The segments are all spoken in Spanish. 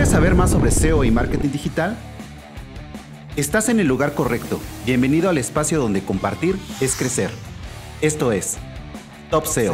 ¿Quieres saber más sobre SEO y marketing digital? Estás en el lugar correcto. Bienvenido al espacio donde compartir es crecer. Esto es Top SEO.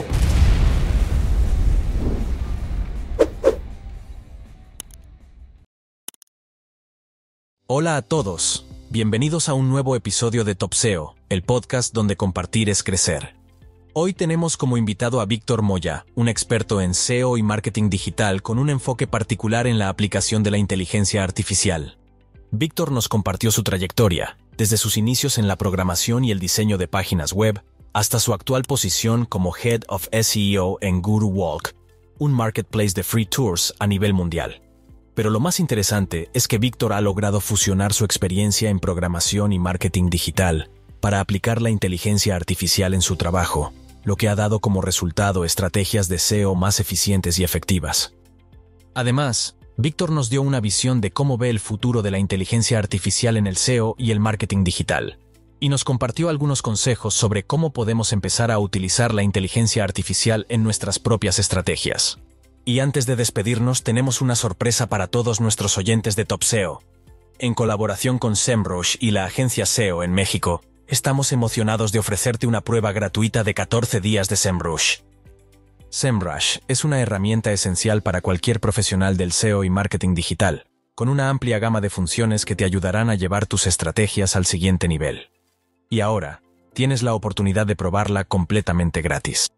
Hola a todos. Bienvenidos a un nuevo episodio de Top SEO, el podcast donde compartir es crecer. Hoy tenemos como invitado a Víctor Moya, un experto en SEO y marketing digital con un enfoque particular en la aplicación de la inteligencia artificial. Víctor nos compartió su trayectoria, desde sus inicios en la programación y el diseño de páginas web, hasta su actual posición como Head of SEO en GuruWalk, un marketplace de free tours a nivel mundial. Pero lo más interesante es que Víctor ha logrado fusionar su experiencia en programación y marketing digital para aplicar la inteligencia artificial en su trabajo, lo que ha dado como resultado estrategias de SEO más eficientes y efectivas. Además, Víctor nos dio una visión de cómo ve el futuro de la inteligencia artificial en el SEO y el marketing digital, y nos compartió algunos consejos sobre cómo podemos empezar a utilizar la inteligencia artificial en nuestras propias estrategias. Y antes de despedirnos, tenemos una sorpresa para todos nuestros oyentes de Top SEO. En colaboración con SEMrush y la agencia SEO en México, estamos emocionados de ofrecerte una prueba gratuita de 14 días de SEMrush. SEMrush es una herramienta esencial para cualquier profesional del SEO y marketing digital, con una amplia gama de funciones que te ayudarán a llevar tus estrategias al siguiente nivel. Y ahora, tienes la oportunidad de probarla completamente gratis.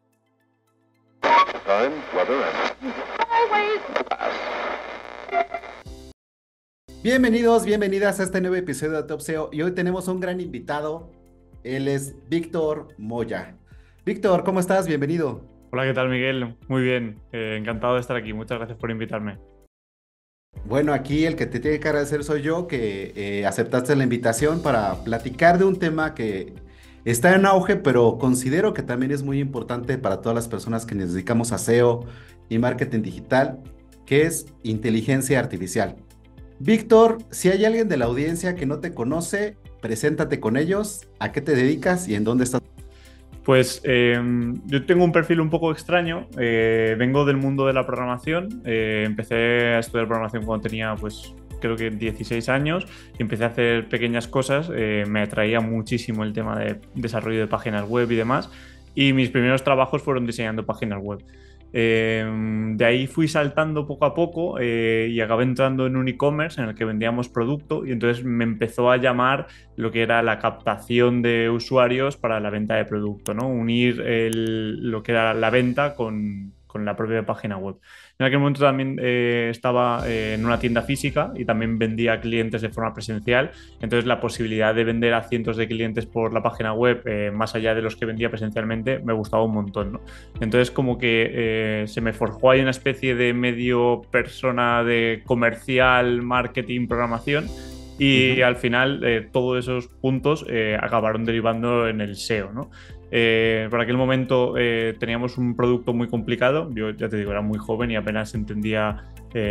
Bienvenidos, bienvenidas a este nuevo episodio de Top SEO y hoy tenemos un gran invitado. Él es Víctor Moya. Víctor, ¿cómo estás? Bienvenido. Hola, ¿qué tal, Miguel? Muy bien, encantado de estar aquí. Muchas gracias por invitarme. Bueno, aquí el que te tiene que agradecer soy yo, que aceptaste la invitación para platicar de un tema que está en auge, pero considero que también es muy importante para todas las personas que nos dedicamos a SEO y marketing digital, que es inteligencia artificial. Víctor, si hay alguien de la audiencia que no te conoce, preséntate con ellos, a qué te dedicas y en dónde estás. Pues yo tengo un perfil un poco extraño, vengo del mundo de la programación, empecé a estudiar programación cuando tenía pues creo que 16 años y empecé a hacer pequeñas cosas, me atraía muchísimo el tema de desarrollo de páginas web y demás, y mis primeros trabajos fueron diseñando páginas web. De ahí fui saltando poco a poco y acabé entrando en un e-commerce en el que vendíamos producto y entonces me empezó a llamar lo que era la captación de usuarios para la venta de producto, ¿no? Unir lo que era la venta con la propia página web. En aquel momento también estaba en una tienda física y también vendía a clientes de forma presencial, entonces la posibilidad de vender a cientos de clientes por la página web, más allá de los que vendía presencialmente, me gustaba un montón, ¿no? Entonces como que se me forjó ahí una especie de medio persona de comercial, marketing, programación. Y al final todos esos puntos acabaron derivando en el SEO, ¿no? Por aquel momento teníamos un producto muy complicado. Yo ya te digo, era muy joven y apenas entendía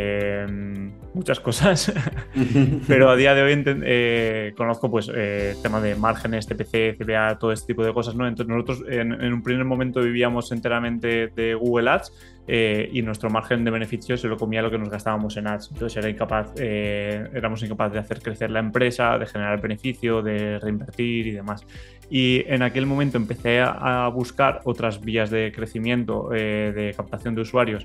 muchas cosas. Pero a día de hoy conozco pues tema de márgenes, TPC, CPA, todo este tipo de cosas, ¿no? Entonces nosotros en un primer momento vivíamos enteramente de Google Ads y nuestro margen de beneficio se lo comía lo que nos gastábamos en ads. Entonces éramos incapaces de hacer crecer la empresa, de generar beneficio, de reinvertir y demás. Y en aquel momento empecé a buscar otras vías de crecimiento, de captación de usuarios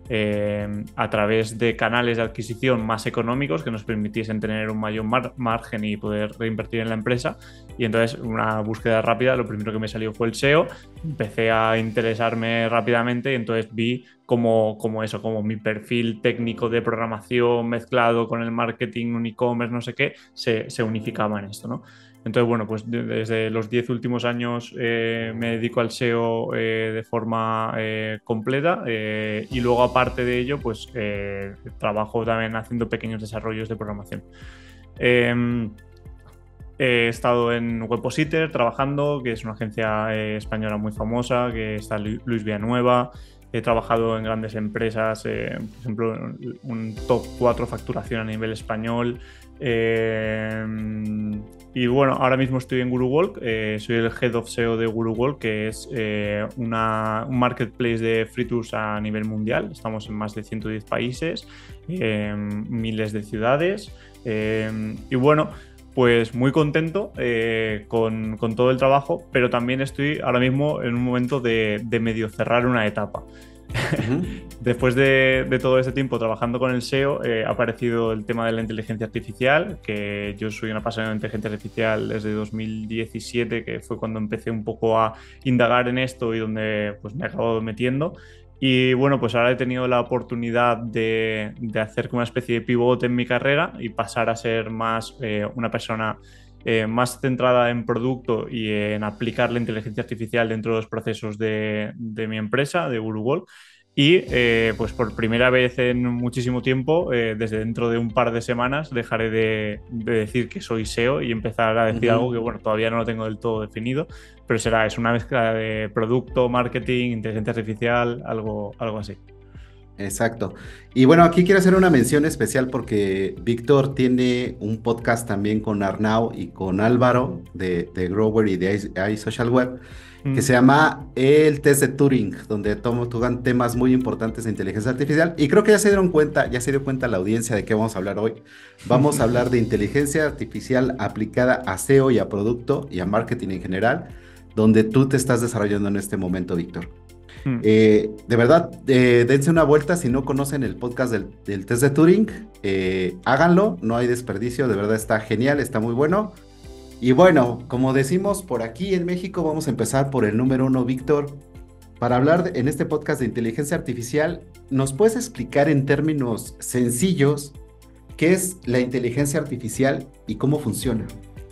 a través de canales de adquisición más económicos que nos permitiesen tener un mayor margen y poder reinvertir en la empresa. Y entonces una búsqueda rápida, lo primero que me salió fue el SEO, empecé a interesarme rápidamente y entonces vi como mi perfil técnico de programación mezclado con el marketing, un e-commerce, no sé qué, se unificaba en esto, ¿no? Entonces, bueno, pues desde los 10 últimos años me dedico al SEO de forma completa y luego aparte de ello, pues trabajo también haciendo pequeños desarrollos de programación. He estado en Webpositor trabajando, que es una agencia española muy famosa, que está Luis Villanueva. He trabajado en grandes empresas, por ejemplo, un top 4 facturación a nivel español. Y bueno, ahora mismo estoy en GuruWalk, soy el Head of SEO de GuruWalk, que es un marketplace de free tours a nivel mundial. Estamos en más de 110 países miles de ciudades. Y bueno, pues muy contento con todo el trabajo, pero también estoy ahora mismo en un momento de medio cerrar una etapa. Ujú. Después de todo este tiempo trabajando con el SEO, ha aparecido el tema de la inteligencia artificial, que yo soy una apasionado de inteligencia artificial desde 2017, que fue cuando empecé un poco a indagar en esto y donde pues, me he acabado metiendo. Y bueno, pues ahora he tenido la oportunidad de hacer como una especie de pivote en mi carrera y pasar a ser más una persona más centrada en producto y en aplicar la inteligencia artificial dentro de los procesos de mi empresa, de Uruguay. Y pues por primera vez en muchísimo tiempo, desde dentro de un par de semanas, dejaré de decir que soy SEO y empezar a decir algo Ujú. que, bueno, todavía no lo tengo del todo definido, pero es una mezcla de producto, marketing, inteligencia artificial, algo así. Exacto. Y bueno, aquí quiero hacer una mención especial porque Víctor tiene un podcast también con Arnau y con Álvaro de Grower y de iSocial Web que Mm. se llama El Test de Turing, donde tocan temas muy importantes de inteligencia artificial. Y creo que ya se dieron cuenta, ya se dio cuenta la audiencia de qué vamos a hablar hoy. Vamos a hablar de inteligencia artificial aplicada a SEO y a producto y a marketing en general, donde tú te estás desarrollando en este momento, Víctor. Mm. De verdad, dense una vuelta si no conocen el podcast del test de Turing, háganlo, no hay desperdicio, de verdad está genial, está muy bueno. Y bueno, como decimos por aquí en México, vamos a empezar por el número uno, Víctor. Para hablar en este podcast de inteligencia artificial, ¿nos puedes explicar en términos sencillos qué es la inteligencia artificial y cómo funciona?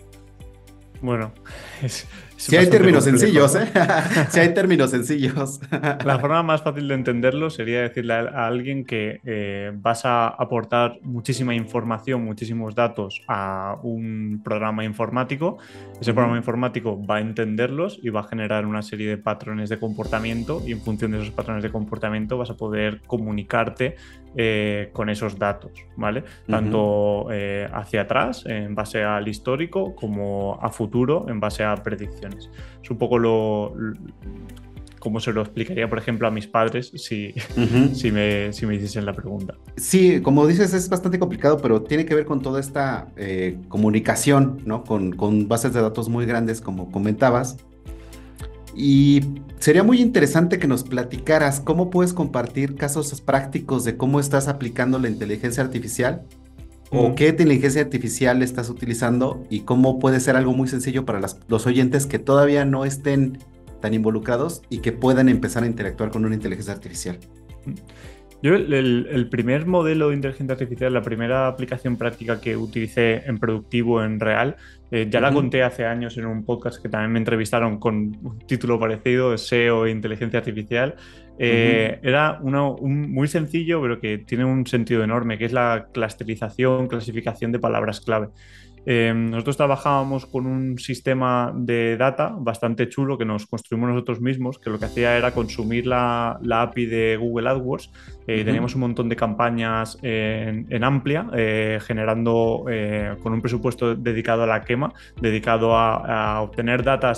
Bueno, es Si hay bastante términos complejo, sencillos, ¿no? ¿eh? Si hay términos sencillos. La forma más fácil de entenderlo sería decirle a alguien que vas a aportar muchísima información, muchísimos datos a un programa informático. Ese programa Ujú, informático va a entenderlos y va a generar una serie de patrones de comportamiento y en función de esos patrones de comportamiento vas a poder comunicarte con esos datos, ¿vale? ujú. Tanto hacia atrás, en base al histórico, como a futuro, en base a predicciones. Es un poco como se lo explicaría, por ejemplo, a mis padres si, Ujú. si me hiciesen la pregunta. Sí, como dices, es bastante complicado, pero tiene que ver con toda esta comunicación, ¿no? Con bases de datos muy grandes, como comentabas. Y sería muy interesante que nos platicaras cómo puedes compartir casos prácticos de cómo estás aplicando la inteligencia artificial o Mm. qué inteligencia artificial estás utilizando y cómo puede ser algo muy sencillo para los oyentes que todavía no estén tan involucrados y que puedan empezar a interactuar con una inteligencia artificial. Yo el primer modelo de inteligencia artificial, la primera aplicación práctica que utilicé en productivo, en real, ya la Ujú, conté hace años en un podcast que también me entrevistaron con un título parecido, SEO e Inteligencia Artificial. ujú, Era muy sencillo, pero que tiene un sentido enorme, que es la clusterización, clasificación de palabras clave. Nosotros trabajábamos con un sistema de data bastante chulo que nos construimos nosotros mismos, que lo que hacía era consumir la API de Google AdWords. ujú, Teníamos un montón de campañas en Amplia, generando con un presupuesto dedicado a la quema, dedicado a obtener data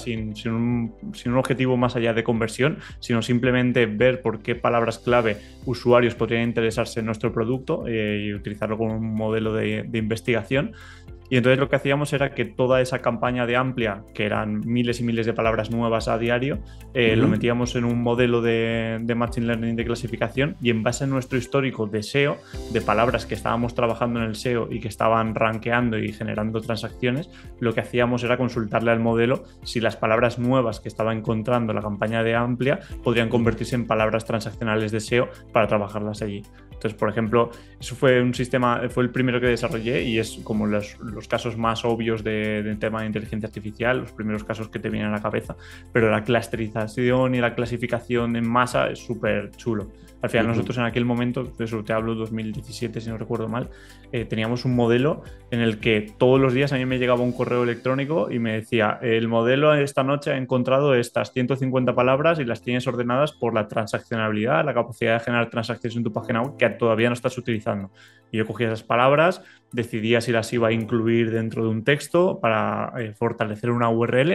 sin un objetivo más allá de conversión, sino simplemente ver por qué palabras clave usuarios podrían interesarse en nuestro producto y utilizarlo como un modelo de investigación. Y entonces lo que hacíamos era que toda esa campaña de Amplia, que eran miles y miles de palabras nuevas a diario, lo ujú, metíamos en un modelo de Machine Learning de clasificación y en base a nuestro histórico de SEO, de palabras que estábamos trabajando en el SEO y que estaban rankeando y generando transacciones, lo que hacíamos era consultarle al modelo si las palabras nuevas que estaba encontrando la campaña de Amplia podrían ujú, convertirse en palabras transaccionales de SEO para trabajarlas allí. Entonces, por ejemplo, eso fue un sistema, fue el primero que desarrollé y es como los casos más obvios del tema de inteligencia artificial, los primeros casos que te vienen a la cabeza, pero la clusterización y la clasificación en masa es súper chulo. Al final ujú. nosotros en aquel momento, eso te hablo 2017 si no recuerdo mal, teníamos un modelo en el que todos los días a mí me llegaba un correo electrónico y me decía, el modelo esta noche ha encontrado estas 150 palabras y las tienes ordenadas por la transaccionabilidad, la capacidad de generar transacciones en tu página web que todavía no estás utilizando. Y yo cogía esas palabras, decidía si las iba a incluir dentro de un texto para fortalecer una URL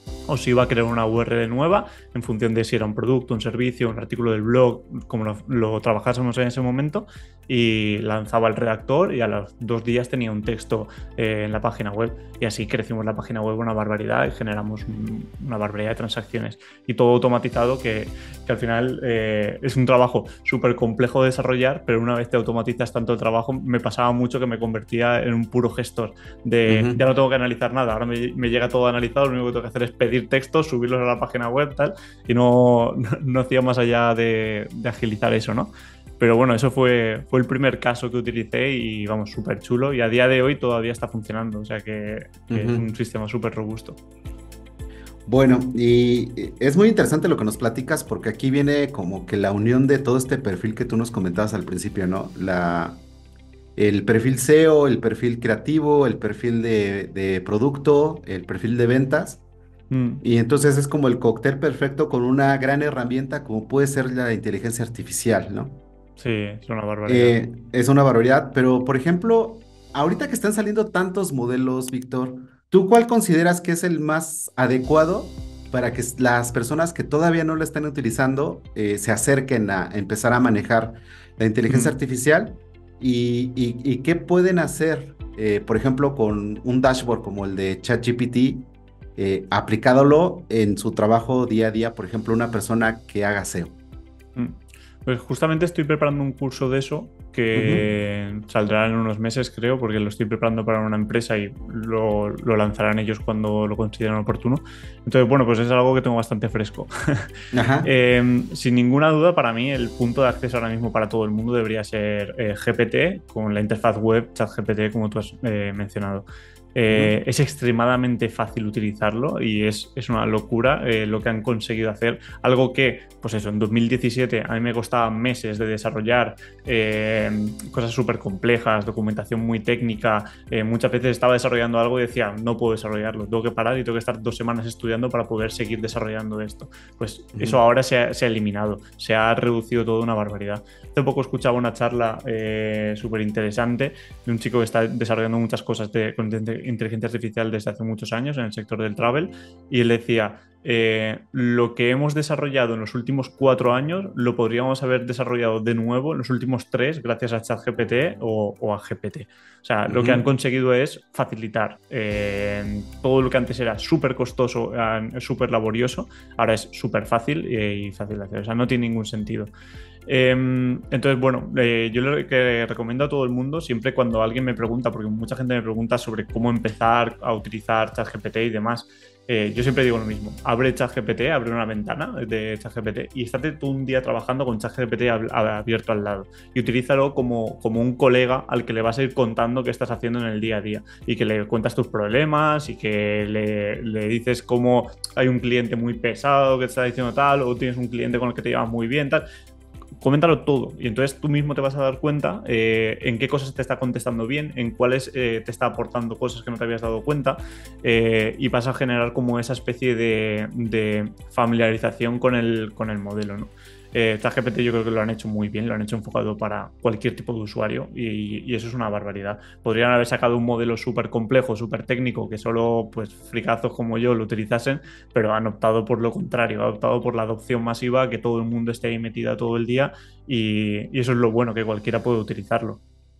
o si iba a crear una URL nueva en función de si era un producto, un servicio, un artículo del blog, como lo trabajásemos en ese momento, y lanzaba el redactor y a los 2 días tenía un texto en la página web, y así crecimos la página web una barbaridad y generamos una barbaridad de transacciones y todo automatizado que al final es un trabajo súper complejo de desarrollar, pero una vez te automatizas tanto el trabajo, me pasaba mucho que me convertía en un puro gestor de ya no tengo que analizar nada, ahora me llega todo analizado, lo único que tengo que hacer es pedir textos, subirlos a la página web, tal, y no hacía más allá de agilizar eso, ¿no? Pero bueno, eso fue el primer caso que utilicé y vamos, súper chulo, y a día de hoy todavía está funcionando, o sea que es un sistema súper robusto. Bueno, y es muy interesante lo que nos platicas porque aquí viene como que la unión de todo este perfil que tú nos comentabas al principio, ¿no? El perfil SEO, el perfil creativo, el perfil de producto, el perfil de ventas. Y entonces es como el cóctel perfecto con una gran herramienta como puede ser la inteligencia artificial, ¿no? Sí, es una barbaridad. Es una barbaridad, pero por ejemplo, ahorita que están saliendo tantos modelos, Víctor, ¿tú cuál consideras que es el más adecuado para que las personas que todavía no lo están utilizando se acerquen a empezar a manejar la inteligencia artificial? Y qué pueden hacer, por ejemplo, con un dashboard como el de ChatGPT, aplicándolo en su trabajo día a día, por ejemplo, una persona que haga SEO? Pues justamente estoy preparando un curso de eso Ujú. que saldrá en unos meses, creo, porque lo estoy preparando para una empresa y lo lanzarán ellos cuando lo consideren oportuno. Entonces, bueno, pues es algo que tengo bastante fresco. Ajá. Sin ninguna duda, para mí el punto de acceso ahora mismo para todo el mundo debería ser GPT con la interfaz web ChatGPT, como tú has mencionado. Ujú. Es extremadamente fácil utilizarlo y es una locura lo que han conseguido hacer. Algo que, pues eso, en 2017 a mí me costaba meses de desarrollar, cosas súper complejas, documentación muy técnica. Muchas veces estaba desarrollando algo y decía, no puedo desarrollarlo, tengo que parar y tengo que estar 2 semanas estudiando para poder seguir desarrollando esto. Pues eso Ujú. ahora se ha eliminado, se ha reducido todo una barbaridad. Hace poco escuchaba una charla súper interesante de un chico que está desarrollando muchas cosas con inteligencia artificial desde hace muchos años en el sector del travel, y él decía, lo que hemos desarrollado en los últimos 4 años lo podríamos haber desarrollado de nuevo en los últimos 3 gracias a ChatGPT o a GPT. O sea, lo que han Ujú. conseguido es facilitar todo lo que antes era súper costoso, súper laborioso, ahora es súper fácil y fácil de hacer. O sea, no tiene ningún sentido. Entonces, bueno, yo lo que recomiendo a todo el mundo, siempre cuando alguien me pregunta, porque mucha gente me pregunta sobre cómo empezar a utilizar ChatGPT y demás, yo siempre digo lo mismo: abre ChatGPT, abre una ventana de ChatGPT y estate tú un día trabajando con ChatGPT abierto al lado y utilízalo como un colega al que le vas a ir contando qué estás haciendo en el día a día y que le cuentas tus problemas y que le dices cómo hay un cliente muy pesado que te está diciendo tal, o tienes un cliente con el que te llevas muy bien, tal. Coméntalo todo y entonces tú mismo te vas a dar cuenta en qué cosas te está contestando bien, en cuáles te está aportando cosas que no te habías dado cuenta, y vas a generar como esa especie de familiarización con el modelo, ¿no? ChatGPT yo creo que lo han hecho muy bien, lo han hecho enfocado para cualquier tipo de usuario y eso es una barbaridad. Podrían haber sacado un modelo súper complejo, súper técnico, que solo pues fricazos como yo lo utilizasen, pero han optado por lo contrario, han optado por la adopción masiva, que todo el mundo esté ahí metida todo el día y eso es lo bueno, que cualquiera puede utilizarlo.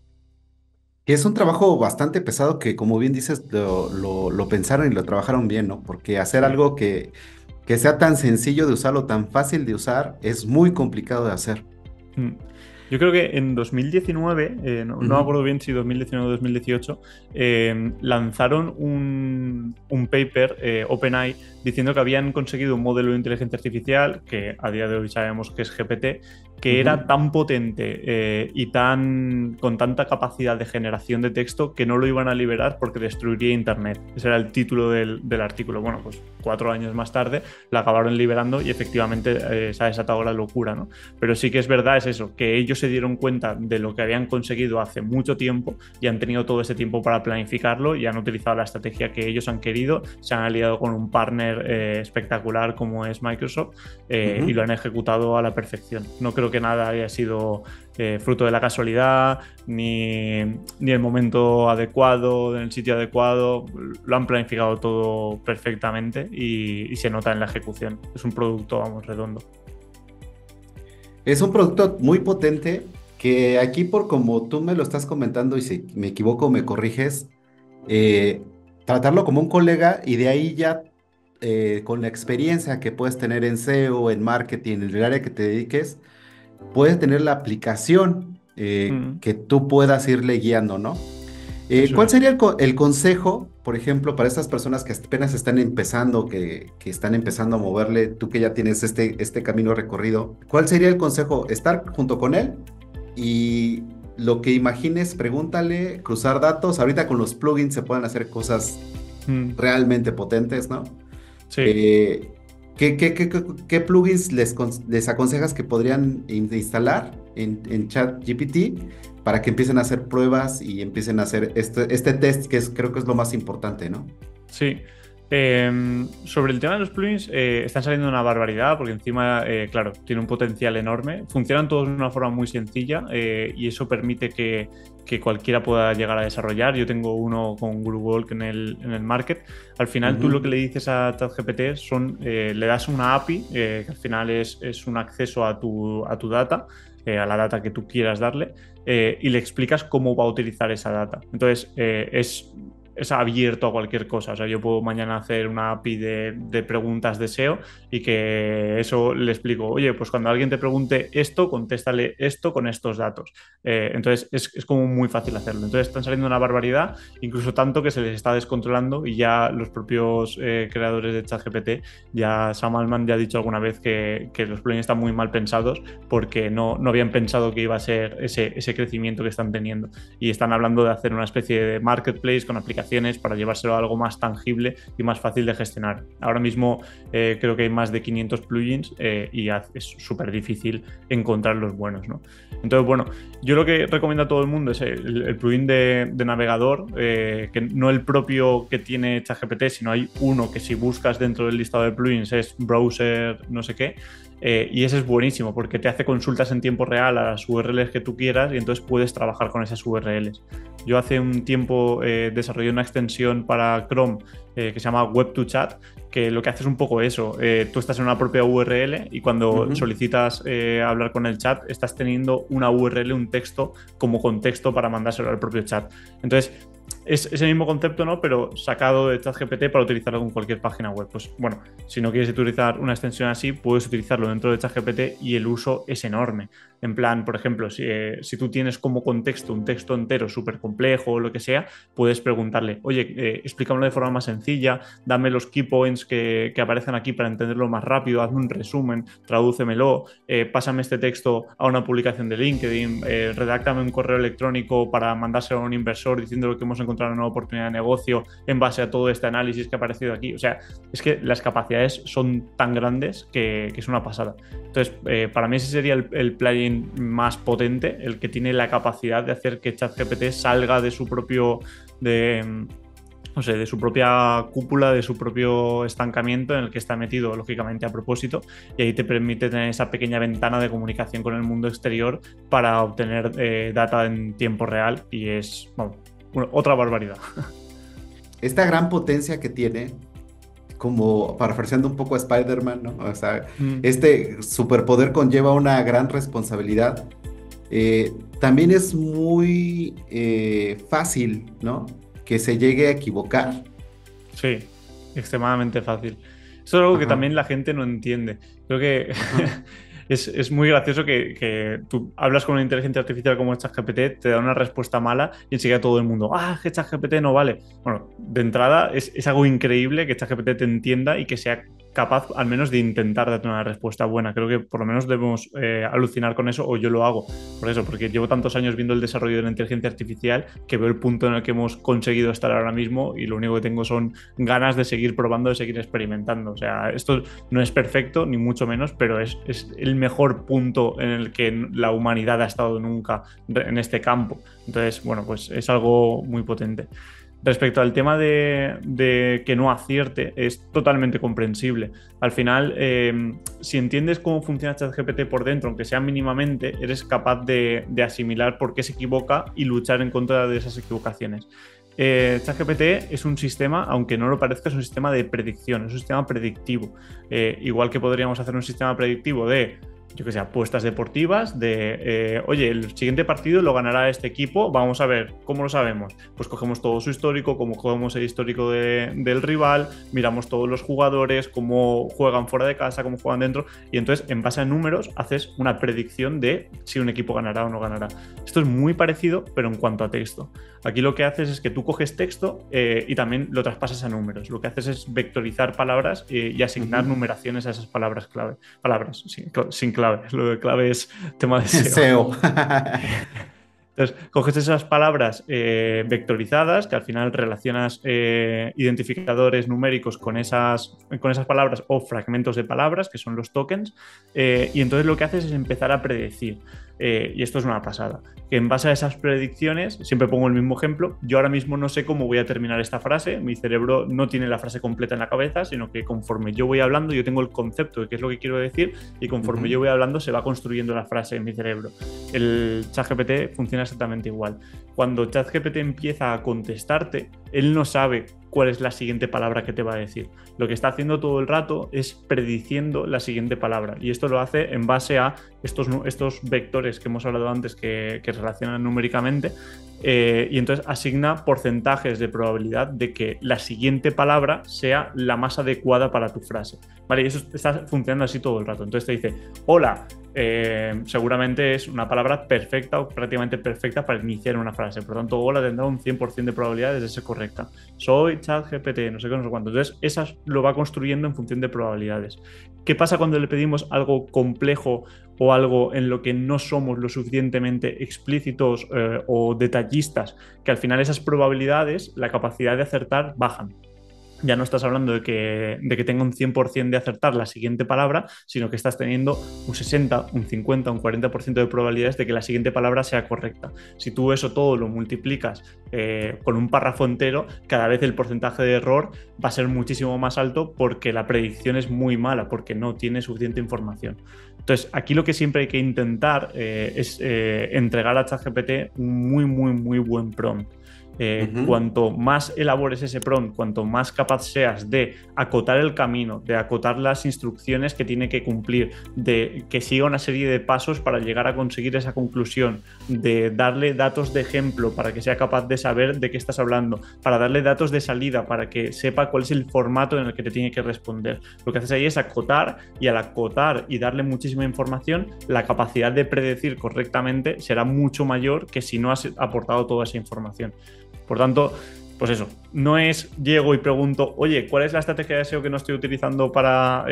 Que es un trabajo bastante pesado que, como bien dices, lo pensaron y lo trabajaron bien, ¿no? Porque hacer Sí. algo que sea tan sencillo de usarlo, tan fácil de usar, es muy complicado de hacer. Mm. Yo creo que en 2019, no me Ujú. acuerdo bien si 2019 o 2018, lanzaron un paper, OpenAI, diciendo que habían conseguido un modelo de inteligencia artificial, que a día de hoy sabemos que es GPT, que era Ujú. tan potente y con tanta capacidad de generación de texto que no lo iban a liberar porque destruiría Internet. Ese era el título del artículo. Bueno, pues 4 años más tarde la acabaron liberando y efectivamente se ha desatado la locura, ¿no? Pero sí que es verdad, es eso, que ellos se dieron cuenta de lo que habían conseguido hace mucho tiempo y han tenido todo ese tiempo para planificarlo y han utilizado la estrategia que ellos han querido, se han aliado con un partner espectacular como es Microsoft, y lo Ujú. han ejecutado a la perfección. No creo que nada haya sido fruto de la casualidad, ni el momento adecuado, en el sitio adecuado. Lo han planificado todo perfectamente y se nota en la ejecución. Es un producto, vamos, redondo. Es un producto muy potente que aquí, por como tú me lo estás comentando, y si me equivoco, me corriges, eh, tratarlo como un colega y de ahí ya con la experiencia que puedes tener en SEO, en marketing, en el área que te dediques, puedes tener la aplicación que tú puedas irle guiando, ¿no? Eso ¿Cuál es. sería el consejo, por ejemplo, para estas personas que apenas están empezando, que están empezando a moverle, tú que ya tienes este camino recorrido? ¿Cuál sería el consejo? Estar junto con él y lo que imagines, pregúntale, cruzar datos. Ahorita con los plugins se pueden hacer cosas Mm, realmente potentes, ¿no? sí. Eh, ¿qué plugins les aconsejas que podrían instalar en ChatGPT para que empiecen a hacer pruebas y empiecen a hacer este test creo que es lo más importante, ¿no? Sí. Sobre el tema de los plugins, están saliendo una barbaridad porque encima, claro, tiene un potencial enorme. Funcionan todos de una forma muy sencilla y eso permite que cualquiera pueda llegar a desarrollar. Yo tengo uno con GuruWalk en el market. Al final, tú lo que Ujú. le dices a ChatGPT le das una API, que al final es un acceso a tu data, a la data que tú quieras darle, y le explicas cómo va a utilizar esa data. Entonces, es abierto a cualquier cosa. O sea, yo puedo mañana hacer una API de preguntas de SEO y que eso le explico, oye, pues cuando alguien te pregunte esto, contéstale esto con estos datos. Entonces, es como muy fácil hacerlo. Entonces, están saliendo una barbaridad, incluso tanto que se les está descontrolando y ya los propios creadores de ChatGPT, ya Sam Altman ya ha dicho alguna vez que los plugins están muy mal pensados porque no habían pensado que iba a ser ese crecimiento que están teniendo. Y están hablando de hacer una especie de marketplace con aplicaciones para llevárselo a algo más tangible y más fácil de gestionar. Ahora mismo creo que hay más de 500 plugins y es súper difícil encontrar los buenos, ¿no? Entonces, bueno, yo lo que recomiendo a todo el mundo es el plugin de navegador, que no el propio que tiene ChatGPT, sino hay uno que si buscas dentro del listado de plugins es browser no sé qué, y ese es buenísimo porque te hace consultas en tiempo real a las URLs que tú quieras y entonces puedes trabajar con esas URLs. Yo hace un tiempo desarrollé una extensión para Chrome que se llama Web2Chat, que lo que hace es un poco eso. Tú estás en una propia URL y cuando Ujú. solicitas hablar con el chat, estás teniendo una URL, un texto como contexto para mandárselo al propio chat. Entonces, es el mismo concepto, ¿no? Pero sacado de ChatGPT para utilizarlo en cualquier página web. Pues bueno, si no quieres utilizar una extensión así, puedes utilizarlo dentro de ChatGPT y el uso es enorme. En plan, por ejemplo, si tú tienes como contexto un texto entero súper complejo o lo que sea, puedes preguntarle, oye, explícamelo de forma más sencilla, dame los key points que aparecen aquí para entenderlo más rápido, hazme un resumen, tradúcemelo, pásame este texto a una publicación de LinkedIn, redáctame un correo electrónico para mandárselo a un inversor diciendo que hemos encontrado una nueva oportunidad de negocio en base a todo este análisis que ha aparecido aquí. O sea, es que las capacidades son tan grandes que es una pasada. Entonces, para mí ese sería el plugin más potente, el que tiene la capacidad de hacer que ChatGPT salga de su propio... no sé, de su propia cúpula, de su propio estancamiento en el que está metido, lógicamente, a propósito, y ahí te permite tener esa pequeña ventana de comunicación con el mundo exterior para obtener data en tiempo real y es, bueno, otra barbaridad. Esta gran potencia que tiene, como parafraseando un poco a Spider-Man, ¿no? O sea, Mm, este superpoder conlleva una gran responsabilidad. También es muy fácil, ¿no? Que se llegue a equivocar. sí, extremadamente fácil. Eso es algo que Ajá, también la gente no entiende. Creo que ajá. es muy gracioso que tú hablas con una inteligencia artificial como ChatGPT, te da una respuesta mala y enseguida todo el mundo, que ChatGPT no vale. Bueno, de entrada es algo increíble que ChatGPT te entienda y que sea capaz al menos de intentar darte una respuesta buena. Creo que por lo menos debemos alucinar con eso, o yo lo hago. Por eso, porque llevo tantos años viendo el desarrollo de la inteligencia artificial que veo el punto en el que hemos conseguido estar ahora mismo y lo único que tengo son ganas de seguir probando, de seguir experimentando. O sea, esto no es perfecto, ni mucho menos, pero es el mejor punto en el que la humanidad ha estado nunca en este campo. Entonces, bueno, pues es algo muy potente. Respecto al tema de que no acierte, es totalmente comprensible. Al final, si entiendes cómo funciona ChatGPT por dentro, aunque sea mínimamente, eres capaz de asimilar por qué se equivoca y luchar en contra de esas equivocaciones. ChatGPT es un sistema, aunque no lo parezca, es un sistema de predicción, es un sistema predictivo. Igual que podríamos hacer un sistema predictivo de, yo que sé, apuestas deportivas, de, oye, el siguiente partido lo ganará este equipo, vamos a ver, ¿cómo lo sabemos? Pues cogemos todo su histórico, como cogemos el histórico del rival, miramos todos los jugadores, cómo juegan fuera de casa, cómo juegan dentro, y entonces en base a números haces una predicción de si un equipo ganará o no ganará. Esto es muy parecido, pero en cuanto a texto. Aquí lo que haces es que tú coges texto y también lo traspasas a números. Lo que haces es vectorizar palabras y asignar numeraciones a esas palabras clave. Palabras sin clave. Lo de clave es tema de SEO. SEO. Entonces, coges esas palabras vectorizadas, que al final relacionas identificadores numéricos con esas palabras o fragmentos de palabras, que son los tokens, y entonces lo que haces es empezar a predecir. Y esto es una pasada. Que en base a esas predicciones, siempre pongo el mismo ejemplo, yo ahora mismo no sé cómo voy a terminar esta frase, mi cerebro no tiene la frase completa en la cabeza, sino que conforme yo voy hablando, yo tengo el concepto de qué es lo que quiero decir y conforme yo voy hablando se va construyendo la frase en mi cerebro. El ChatGPT funciona exactamente igual. Cuando ChatGPT empieza a contestarte, él no sabe cuál es la siguiente palabra que te va a decir. Lo que está haciendo todo el rato es prediciendo la siguiente palabra y esto lo hace en base a estos vectores que hemos hablado antes que relacionan numéricamente y entonces asigna porcentajes de probabilidad de que la siguiente palabra sea la más adecuada para tu frase. ¿Vale? Y eso está funcionando así todo el rato. Entonces te dice, hola, seguramente es una palabra perfecta o prácticamente perfecta para iniciar una frase. Por lo tanto, hola tendrá un 100% de probabilidades de ser correcta. Soy ChatGPT, no sé qué, no sé cuánto. Entonces, esas lo va construyendo en función de probabilidades. ¿Qué pasa cuando le pedimos algo complejo o algo en lo que no somos lo suficientemente explícitos o detallistas? Que al final esas probabilidades, la capacidad de acertar, bajan. Ya no estás hablando de que tenga un 100% de acertar la siguiente palabra, sino que estás teniendo un 60, un 50, un 40% de probabilidades de que la siguiente palabra sea correcta. Si tú eso todo lo multiplicas con un párrafo entero, cada vez el porcentaje de error va a ser muchísimo más alto porque la predicción es muy mala, porque no tiene suficiente información. Entonces, aquí lo que siempre hay que intentar es entregar a ChatGPT un muy, muy, muy buen prompt. Cuanto más elabores ese prompt, cuanto más capaz seas de acotar el camino, de acotar las instrucciones que tiene que cumplir, de que siga una serie de pasos para llegar a conseguir esa conclusión, de darle datos de ejemplo para que sea capaz de saber de qué estás hablando, para darle datos de salida para que sepa cuál es el formato en el que te tiene que responder. Lo que haces ahí es acotar, y al acotar y darle muchísima información, la capacidad de predecir correctamente será mucho mayor que si no has aportado toda esa información. Por tanto, pues eso, no es llego y pregunto, oye, ¿cuál es la estrategia de SEO que no estoy utilizando para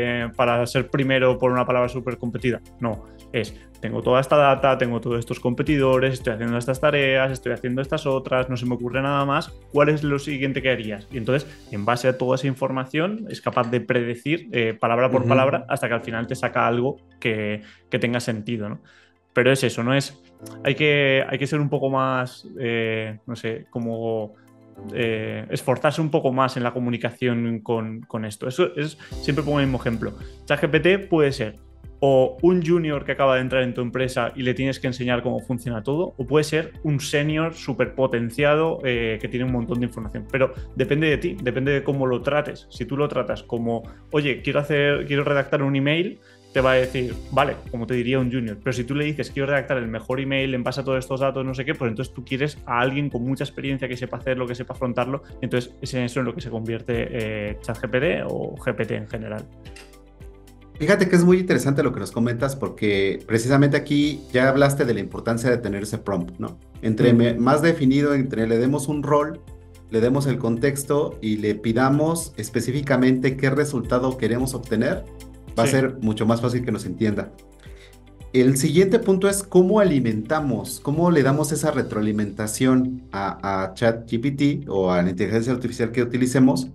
ser primero por una palabra súper competida? No, es, tengo toda esta data, tengo todos estos competidores, estoy haciendo estas tareas, estoy haciendo estas otras, no se me ocurre nada más, ¿cuál es lo siguiente que harías? Y entonces, en base a toda esa información, es capaz de predecir palabra por palabra hasta que al final te saca algo que tenga sentido, ¿no? Pero es eso, no es... Hay que ser un poco más, no sé, como esforzarse un poco más en la comunicación con esto. Eso es, siempre pongo el mismo ejemplo. ChatGPT puede ser o un junior que acaba de entrar en tu empresa y le tienes que enseñar cómo funciona todo, o puede ser un senior súper potenciado que tiene un montón de información. Pero depende de ti, depende de cómo lo trates. Si tú lo tratas como, oye, quiero redactar un email, te va a decir, vale, como te diría un junior. Pero si tú le dices, quiero redactar el mejor email en base a todos estos datos, no sé qué, pues entonces tú quieres a alguien con mucha experiencia que sepa hacerlo, que sepa afrontarlo, y entonces es en eso en lo que se convierte ChatGPT o GPT en general. Fíjate que es muy interesante lo que nos comentas porque precisamente aquí ya hablaste de la importancia de tener ese prompt, ¿no? Más definido, entre le demos un rol, le demos el contexto y le pidamos específicamente qué resultado queremos obtener, va a ser mucho más fácil que nos entienda. El siguiente punto es cómo alimentamos, cómo le damos esa retroalimentación a ChatGPT o a la inteligencia artificial que utilicemos,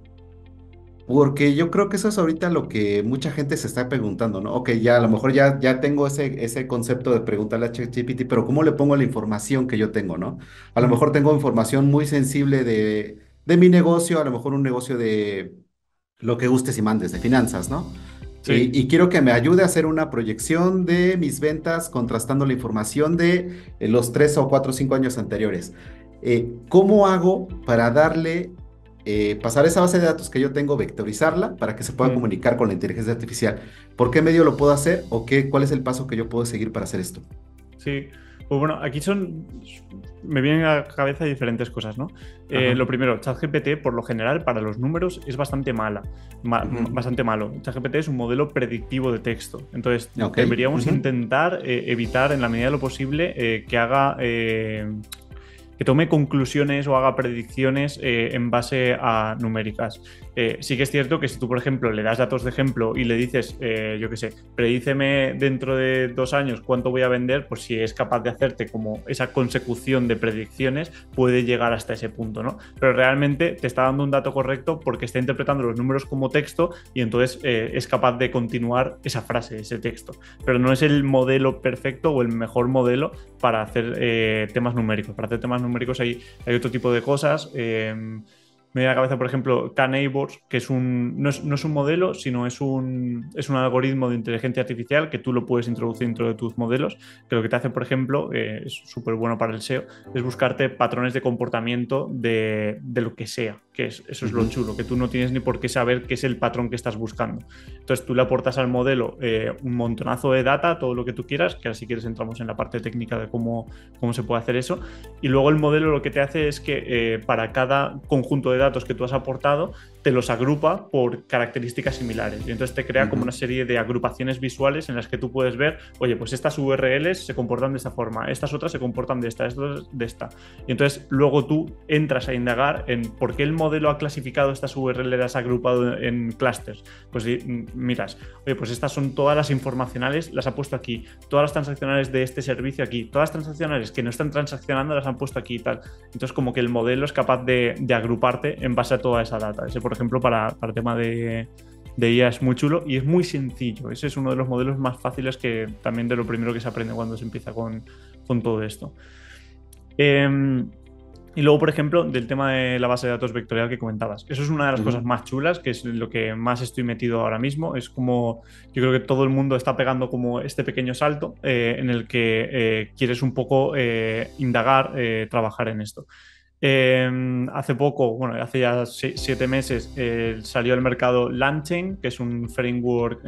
porque yo creo que eso es ahorita lo que mucha gente se está preguntando, ¿no? Ok, ya a lo mejor ya tengo ese concepto de preguntarle a ChatGPT, pero ¿cómo le pongo la información que yo tengo, ¿no? A lo mejor tengo información muy sensible de mi negocio, a lo mejor un negocio de lo que gustes y mandes, de finanzas, ¿no? Sí. Y quiero que me ayude a hacer una proyección de mis ventas contrastando la información de los 3 o 4 o 5 años anteriores. ¿Cómo hago para pasar esa base de datos que yo tengo, vectorizarla para que se pueda Mm. comunicar con la inteligencia artificial? ¿Por qué medio lo puedo hacer o cuál es el paso que yo puedo seguir para hacer esto? Sí, pues bueno, me vienen a la cabeza diferentes cosas, ¿no? Ajá. Lo primero, ChatGPT, por lo general, para los números es bastante Ujú. bastante malo. ChatGPT es un modelo predictivo de texto. Entonces, Ok. deberíamos Ujú. intentar evitar, en la medida de lo posible, que tome conclusiones o haga predicciones en base a numéricas. Sí que es cierto que si tú, por ejemplo, le das datos de ejemplo y le dices, yo qué sé, predíceme dentro de 2 años cuánto voy a vender, pues si es capaz de hacerte como esa consecución de predicciones, puede llegar hasta ese punto, ¿no? Pero realmente te está dando un dato correcto porque está interpretando los números como texto y entonces es capaz de continuar esa frase, ese texto. Pero no es el modelo perfecto o el mejor modelo para hacer temas numéricos. Para hacer temas numéricos hay otro tipo de cosas. Me viene a la cabeza, por ejemplo, K-Neighbors, que no es un modelo, sino es un algoritmo de inteligencia artificial que tú lo puedes introducir dentro de tus modelos, que lo que te hace, por ejemplo, es súper bueno para el SEO, es buscarte patrones de comportamiento de lo que sea, eso es lo Ujú. chulo, que tú no tienes ni por qué saber qué es el patrón que estás buscando. Entonces tú le aportas al modelo un montonazo de data, todo lo que tú quieras, que ahora si quieres entramos en la parte técnica de cómo se puede hacer eso, y luego el modelo lo que te hace es que para cada conjunto de datos que tú has aportado, te los agrupa por características similares. Y entonces te crea como una Ujú. serie de agrupaciones visuales en las que tú puedes ver, oye, pues estas URLs se comportan de esta forma, estas otras se comportan de esta, estas de esta. Y entonces luego tú entras a indagar en por qué el modelo ha clasificado estas URLs, las ha agrupado en clusters. Pues miras, oye, pues estas son todas las informacionales, las ha puesto aquí, todas las transaccionales de este servicio aquí, todas las transaccionales que no están transaccionando las han puesto aquí y tal. Entonces como que el modelo es capaz de agruparte en base a toda esa data. Ese, por ejemplo, para tema de IA es muy chulo y es muy sencillo. Ese es uno de los modelos más fáciles que también de lo primero que se aprende cuando se empieza con todo esto. Y luego, por ejemplo, del tema de la base de datos vectorial que comentabas. Eso es una de las cosas Ujú. más chulas, que es lo que más estoy metido ahora mismo. Es como, yo creo que todo el mundo está pegando como este pequeño salto en el que quieres un poco indagar, trabajar en esto. Hace poco, bueno, hace ya 7 meses, salió al mercado LangChain, que es un framework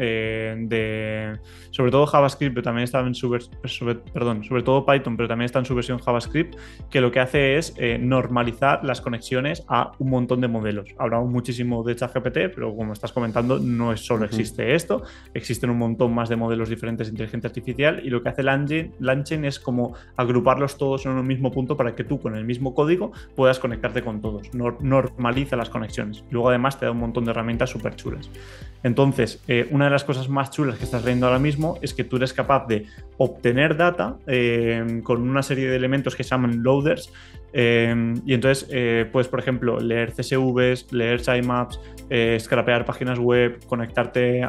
sobre todo JavaScript, pero también está en perdón, sobre todo Python, pero también está en su versión JavaScript, que lo que hace es normalizar las conexiones a un montón de modelos. Hablamos muchísimo de ChatGPT, pero como estás comentando, no es solo Ujú. existe esto, existen un montón más de modelos diferentes de inteligencia artificial y lo que hace LangChain es como agruparlos todos en un mismo punto para que tú con el mismo código puedas conectarte con todos. Normaliza las conexiones. Luego además te da un montón de herramientas súper chulas. Entonces, una de las cosas más chulas que estás viendo ahora mismo es que tú eres capaz de obtener data con una serie de elementos que se llaman loaders y entonces puedes, por ejemplo, leer CSVs, leer sitemaps, scrapear páginas web, conectarte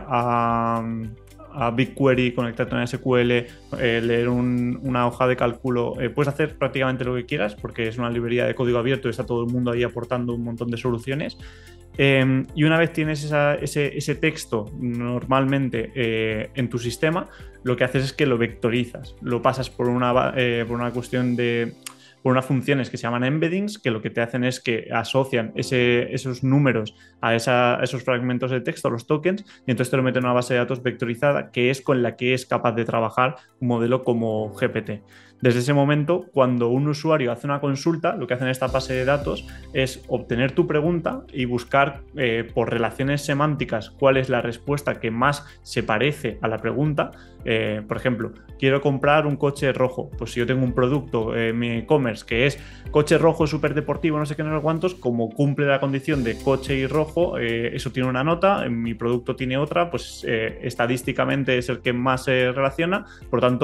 a BigQuery, conectarte a una SQL, leer una hoja de cálculo. Puedes hacer prácticamente lo que quieras porque es una librería de código abierto y está todo el mundo ahí aportando un montón de soluciones. Y una vez tienes ese texto normalmente en tu sistema, lo que haces es que lo vectorizas, lo pasas por una cuestión por unas funciones que se llaman embeddings, que lo que te hacen es que asocian esos números a esos fragmentos de texto, los tokens, y entonces te lo meten en una base de datos vectorizada que es con la que es capaz de trabajar un modelo como GPT. Desde ese momento, cuando un usuario hace una consulta, lo que hacen esta base de datos es obtener tu pregunta y buscar por relaciones semánticas cuál es la respuesta que más se parece a la pregunta. Por ejemplo, quiero comprar un coche rojo. Pues si yo tengo un producto en mi e-commerce que es coche rojo súper deportivo, no sé qué, no sé cuántos, como cumple la condición de coche y rojo, eso tiene una nota, mi producto tiene otra, pues estadísticamente es el que más se relaciona, por tanto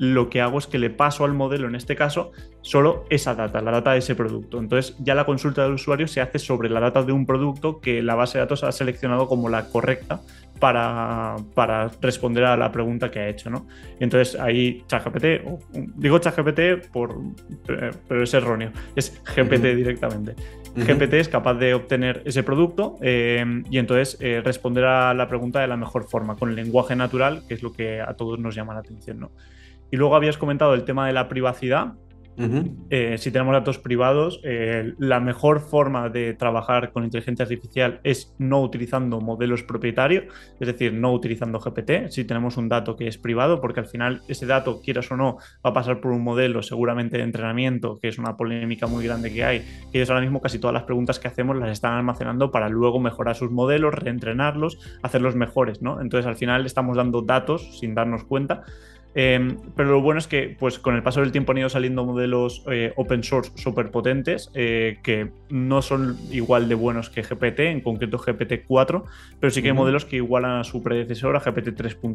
lo que hago es que le paso al modelo, en este caso, solo esa data, la data de ese producto. Entonces ya la consulta del usuario se hace sobre la data de un producto que la base de datos ha seleccionado como la correcta para responder a la pregunta que ha hecho, ¿no? Y entonces ahí ChatGPT, digo ChatGPT pero es erróneo, es GPT directamente. GPT es capaz de obtener ese producto y entonces responder a la pregunta de la mejor forma, con el lenguaje natural, que es lo que a todos nos llama la atención, ¿no? Y luego habías comentado el tema de la privacidad. Si tenemos datos privados, la mejor forma de trabajar con inteligencia artificial es no utilizando modelos propietarios, es decir, no utilizando GPT, si tenemos un dato que es privado, porque al final ese dato, quieras o no, va a pasar por un modelo seguramente de entrenamiento, que es una polémica muy grande que hay, que ellos ahora mismo casi todas las preguntas que hacemos las están almacenando para luego mejorar sus modelos, reentrenarlos, hacerlos mejores, ¿no? Entonces al final estamos dando datos sin darnos cuenta. Pero lo bueno es que pues, con el paso del tiempo han ido saliendo modelos open source súper potentes que no son igual de buenos que GPT, en concreto GPT-4, pero sí que hay modelos que igualan a su predecesor, a GPT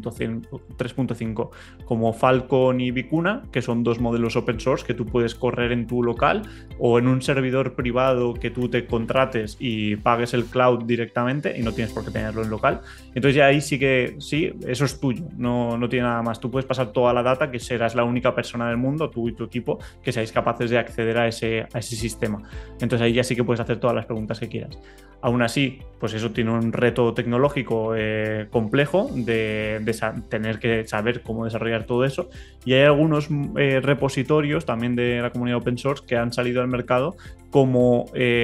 3.5, como Falcon y Vicuna, que son dos modelos open source que tú puedes correr en tu local o en un servidor privado que tú te contrates y pagues el cloud directamente y no tienes por qué tenerlo en local. Entonces ya ahí sí que sí, eso es tuyo, no tiene nada más. Tú puedes pasar toda la data, que serás la única persona del mundo, tú y tu equipo, que seáis capaces de acceder a ese sistema. Entonces ahí ya sí que puedes hacer todas las preguntas que quieras. Aún así, pues eso tiene un reto tecnológico complejo de tener que saber cómo desarrollar todo eso. Y hay algunos repositorios también de la comunidad open source que han salido al mercado como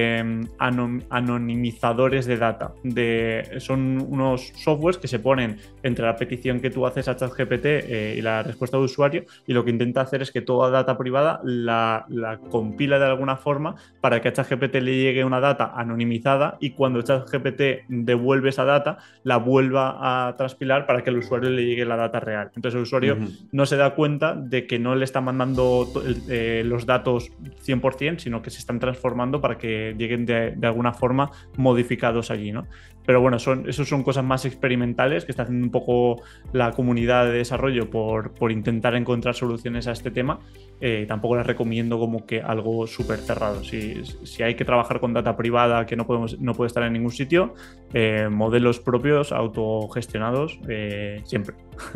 anonimizadores de data. Son unos softwares que se ponen entre la petición que tú haces a ChatGPT y la respuesta del usuario, y lo que intenta hacer es que toda data privada la compila de alguna forma para que a ChatGPT le llegue una data anonimizada, y cuando ChatGPT devuelve esa data, la vuelva a transpilar para que al usuario le llegue la data real. Entonces el usuario no se da cuenta de que no le está mandando los datos 100%, sino que se están transformando para que lleguen de alguna forma modificados allí, ¿no? Pero bueno, esos son cosas más experimentales que está haciendo un poco la comunidad de desarrollo por intentar encontrar soluciones a este tema. Tampoco les recomiendo como que algo súper cerrado. Si hay que trabajar con data privada que no puede estar en ningún sitio, modelos propios, autogestionados, siempre.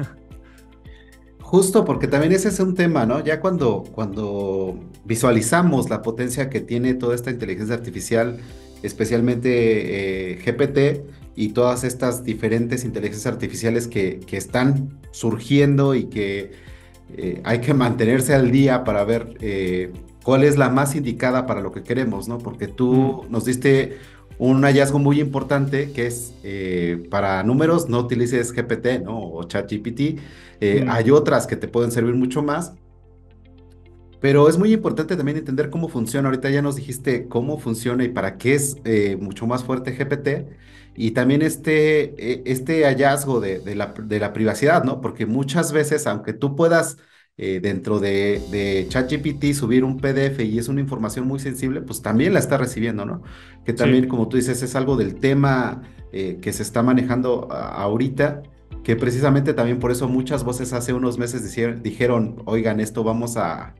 Justo porque también ese es un tema, ¿no? Ya cuando visualizamos la potencia que tiene toda esta inteligencia artificial, especialmente GPT y todas estas diferentes inteligencias artificiales que están surgiendo y que hay que mantenerse al día para ver cuál es la más indicada para lo que queremos, ¿no? Porque tú nos diste un hallazgo muy importante que es para números no utilices GPT, ¿no? O ChatGPT. Hay otras que te pueden servir mucho más. Pero es muy importante también entender cómo funciona. Ahorita ya nos dijiste cómo funciona y para qué es mucho más fuerte GPT. Y también este hallazgo de la privacidad, ¿no? Porque muchas veces, aunque tú puedas dentro de ChatGPT subir un PDF y es una información muy sensible, pues también la está recibiendo, ¿no? Que también, Sí. como tú dices, es algo del tema que se está manejando ahorita, que precisamente también por eso muchas voces hace unos meses dijeron, oigan, esto vamos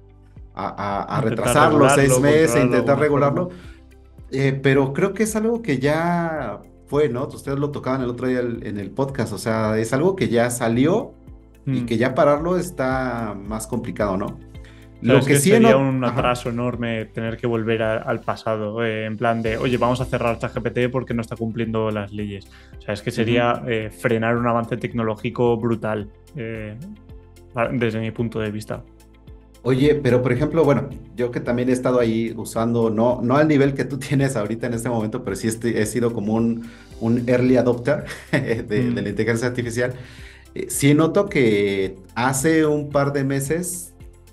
a Intentar retrasarlo seis regularlo, meses, controlarlo de intentar alguna regularlo, forma. pero creo que es algo que ya fue, ¿no? Ustedes lo tocaban el otro día en el podcast, o sea, es algo que ya salió y Mm. que ya pararlo está más complicado, ¿no? O sea, Lo es que que sí sería un Ajá. atraso enorme tener que volver al pasado, en plan de, oye, vamos a cerrar ChatGPT porque no está cumpliendo las leyes. O sea, es que sería Ujú. frenar un avance tecnológico brutal, desde mi punto de vista. Oye, pero por ejemplo, bueno, yo que también he estado ahí usando, no al nivel que tú tienes ahorita en este momento, pero sí he sido como un early adopter de la Mm. inteligencia artificial. Sí noto que hace un par de meses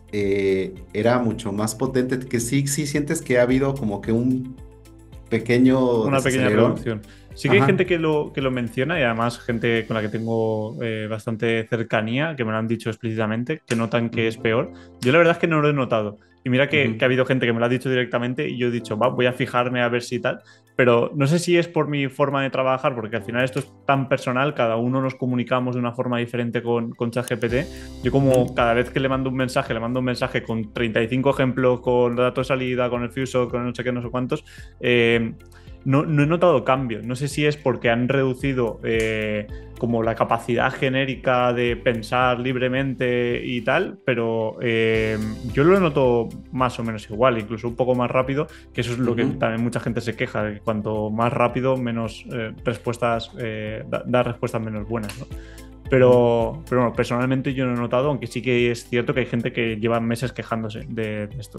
era mucho más potente, que sí sientes que ha habido como que un pequeño Una pequeña desacelerón. reducción. Sí que hay Ajá. gente que lo menciona, y además gente con la que tengo bastante cercanía, que me lo han dicho explícitamente, que notan que es Ujú. peor. Yo la verdad es que no lo he notado. Y mira que ha Ujú. habido gente que me lo ha dicho directamente y yo he dicho, va, voy a fijarme a ver si tal. Pero no sé si es por mi forma de trabajar, porque al final esto es tan personal, cada uno nos comunicamos de una forma diferente con ChatGPT. Yo como Ujú. cada vez que le mando un mensaje con 35 ejemplos, con dato de salida, con el FuseOft, con no sé qué, no sé cuántos, no he notado cambio. No sé si es porque han reducido como la capacidad genérica de pensar libremente y tal, pero yo lo noto más o menos igual, incluso un poco más rápido, que eso es lo que Ujú. también mucha gente se queja, de que cuanto más rápido, menos respuestas, da respuestas menos buenas, ¿no? Ujú. Pero bueno, personalmente yo no he notado, aunque sí que es cierto que hay gente que lleva meses quejándose de esto.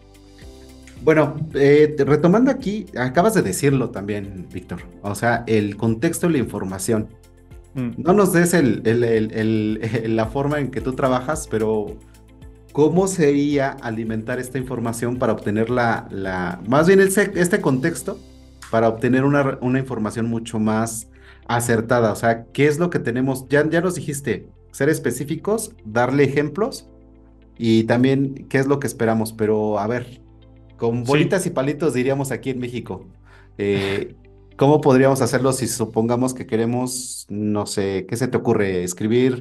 Bueno, retomando aquí, acabas de decirlo también, Víctor. O sea, el contexto y la información. Mm, No nos des la forma en que tú trabajas, pero ¿cómo sería alimentar esta información para obtener más bien este contexto, para obtener una información mucho más acertada? O sea, ¿qué es lo que tenemos? Ya nos dijiste, ser específicos, darle ejemplos y también qué es lo que esperamos, pero a ver, con sí, bolitas y palitos diríamos aquí en México. eh, ¿Cómo podríamos hacerlo si supongamos que queremos, no sé, qué se te ocurre? Escribir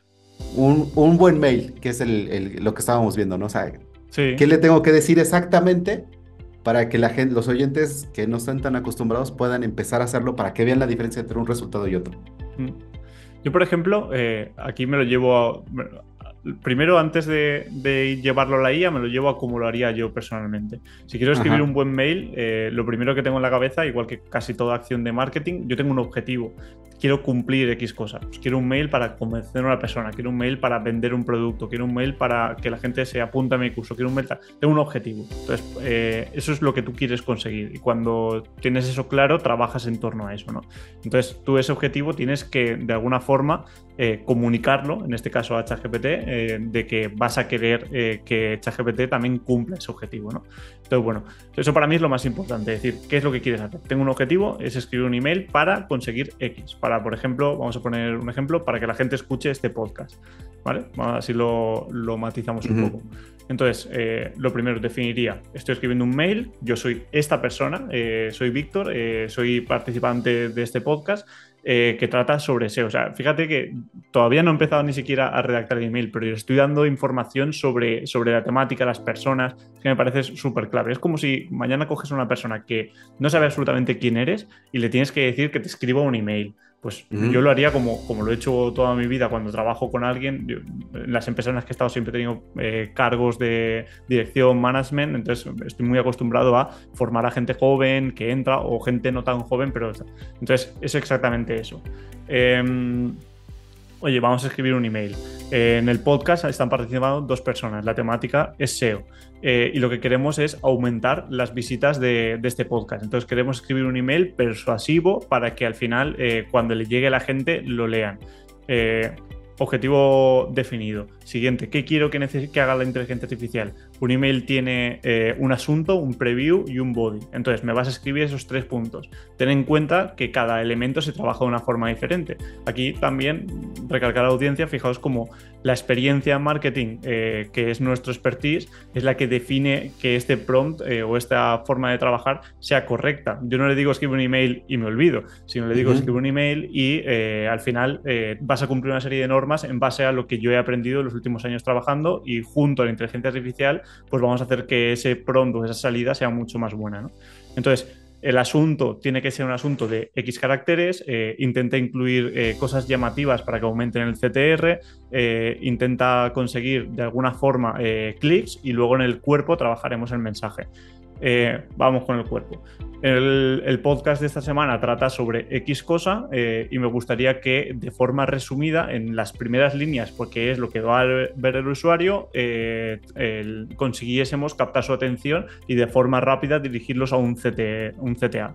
un buen mail, que es lo que estábamos viendo, ¿no? O sea, sí. ¿qué le tengo que decir exactamente para que la gente, los oyentes que no están tan acostumbrados puedan empezar a hacerlo para que vean la diferencia entre un resultado y otro? Mm. Yo, por ejemplo, aquí me lo llevo primero, antes de llevarlo a la IA, me lo llevo a como lo haría yo personalmente. Si quiero escribir un Ajá. buen mail, lo primero que tengo en la cabeza, igual que casi toda acción de marketing, yo tengo un objetivo. Quiero cumplir X cosas. Pues quiero un mail para convencer a una persona, quiero un mail para vender un producto, quiero un mail para que la gente se apunte a mi curso, quiero un mail. Tengo un objetivo. Entonces, eso es lo que tú quieres conseguir. Y cuando tienes eso claro, trabajas en torno a eso, ¿no? Entonces, tú ese objetivo tienes que, de alguna forma, comunicarlo, en este caso a ChatGPT, de que vas a querer que ChatGPT también cumpla ese objetivo, ¿no? Entonces, bueno, eso para mí es lo más importante, es decir, ¿qué es lo que quieres hacer? Tengo un objetivo, es escribir un email para conseguir X, para, por ejemplo, vamos a poner un ejemplo, para que la gente escuche este podcast, ¿vale? Así lo matizamos un Ujú. poco. Entonces, lo primero, definiría, estoy escribiendo un mail, yo soy esta persona, soy Víctor, soy participante de este podcast, que trata sobre SEO. O sea, fíjate que todavía no he empezado ni siquiera a redactar el email, pero yo estoy dando información sobre la temática, las personas, que me parece súper clave. Es como si mañana coges a una persona que no sabe absolutamente quién eres y le tienes que decir que te escriba un email. Pues yo lo Ujú. haría como lo he hecho toda mi vida cuando trabajo con alguien. Yo, en las empresas en las que he estado siempre he tenido cargos de dirección, management, entonces estoy muy acostumbrado a formar a gente joven que entra o gente no tan joven, pero entonces es exactamente eso. Eh, Oye, vamos a escribir un email. En el podcast están participando dos personas. La temática es SEO. Y lo que queremos es aumentar las visitas de este podcast. Entonces queremos escribir un email persuasivo para que al final, cuando le llegue a la gente, lo lean. Eh, Objetivo definido. Siguiente, ¿qué quiero que haga la inteligencia artificial? Un email tiene un asunto, un preview y un body. Entonces me vas a escribir esos 3 puntos. Ten en cuenta que cada elemento se trabaja de una forma diferente. Aquí también recalcar a la audiencia, fijaos como la experiencia en marketing, que es nuestro expertise, es la que define que este prompt o esta forma de trabajar sea correcta. Yo no le digo escribe un email y me olvido, sino le digo escribe Ujú. un email y al final vas a cumplir una serie de normas en base a lo que yo he aprendido en los últimos años trabajando, y junto a la inteligencia artificial pues vamos a hacer que ese prompt o esa salida sea mucho más buena, ¿no? Entonces, el asunto tiene que ser un asunto de X caracteres, intenta incluir cosas llamativas para que aumenten el CTR, intenta conseguir de alguna forma clics, y luego en el cuerpo trabajaremos el mensaje. Vamos con el cuerpo. El podcast de esta semana trata sobre X cosa, y me gustaría que de forma resumida, en las primeras líneas, porque es lo que va a ver el usuario, consiguiésemos captar su atención y de forma rápida dirigirlos a un CTA.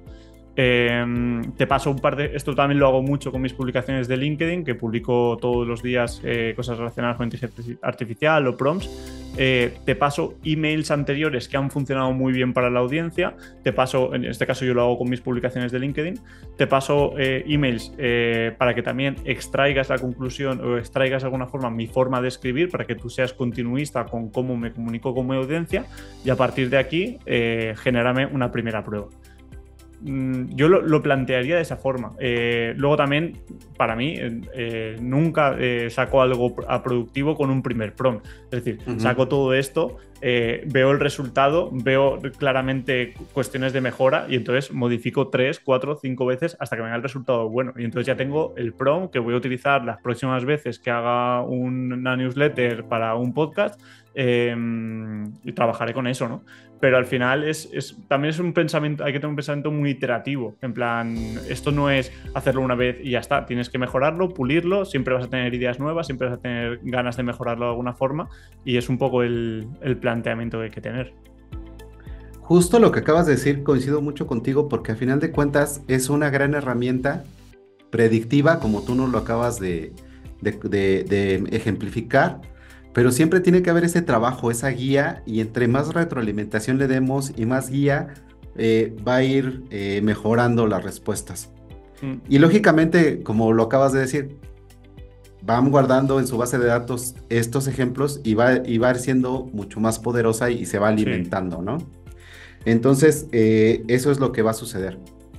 Te paso un par de... Esto también lo hago mucho con mis publicaciones de LinkedIn, que publico todos los días cosas relacionadas con inteligencia artificial o prompts. te paso emails anteriores que han funcionado muy bien para la audiencia, te paso, en este caso yo lo hago con mis publicaciones de LinkedIn, te paso emails para que también extraigas la conclusión o extraigas de alguna forma mi forma de escribir para que tú seas continuista con cómo me comunico con mi audiencia y a partir de aquí genérame una primera prueba. Yo lo plantearía de esa forma. Luego también, para mí, nunca saco algo productivo con un primer prompt. Es decir, saco todo esto, veo el resultado, veo claramente cuestiones de mejora y entonces modifico 3, 4, 5 veces hasta que me venga el resultado bueno. Y entonces ya tengo el prompt que voy a utilizar las próximas veces que haga una newsletter para un podcast y trabajaré con eso, ¿no? Pero al final también es un pensamiento, hay que tener un pensamiento muy iterativo. En plan, esto no es hacerlo una vez y ya está. Tienes que mejorarlo, pulirlo, siempre vas a tener ideas nuevas, siempre vas a tener ganas de mejorarlo de alguna forma y es un poco el planteamiento que hay que tener. Justo lo que acabas de decir, coincido mucho contigo porque a final de cuentas es una gran herramienta predictiva, como tú nos lo acabas de ejemplificar, pero siempre tiene que haber ese trabajo, esa guía, y entre más retroalimentación le demos y más guía, va a ir mejorando las respuestas. Y lógicamente, como lo acabas de decir, van guardando en su base de datos estos ejemplos y va a ir siendo mucho más poderosa y se va alimentando, sí, ¿no? Entonces, eso es lo que va a suceder.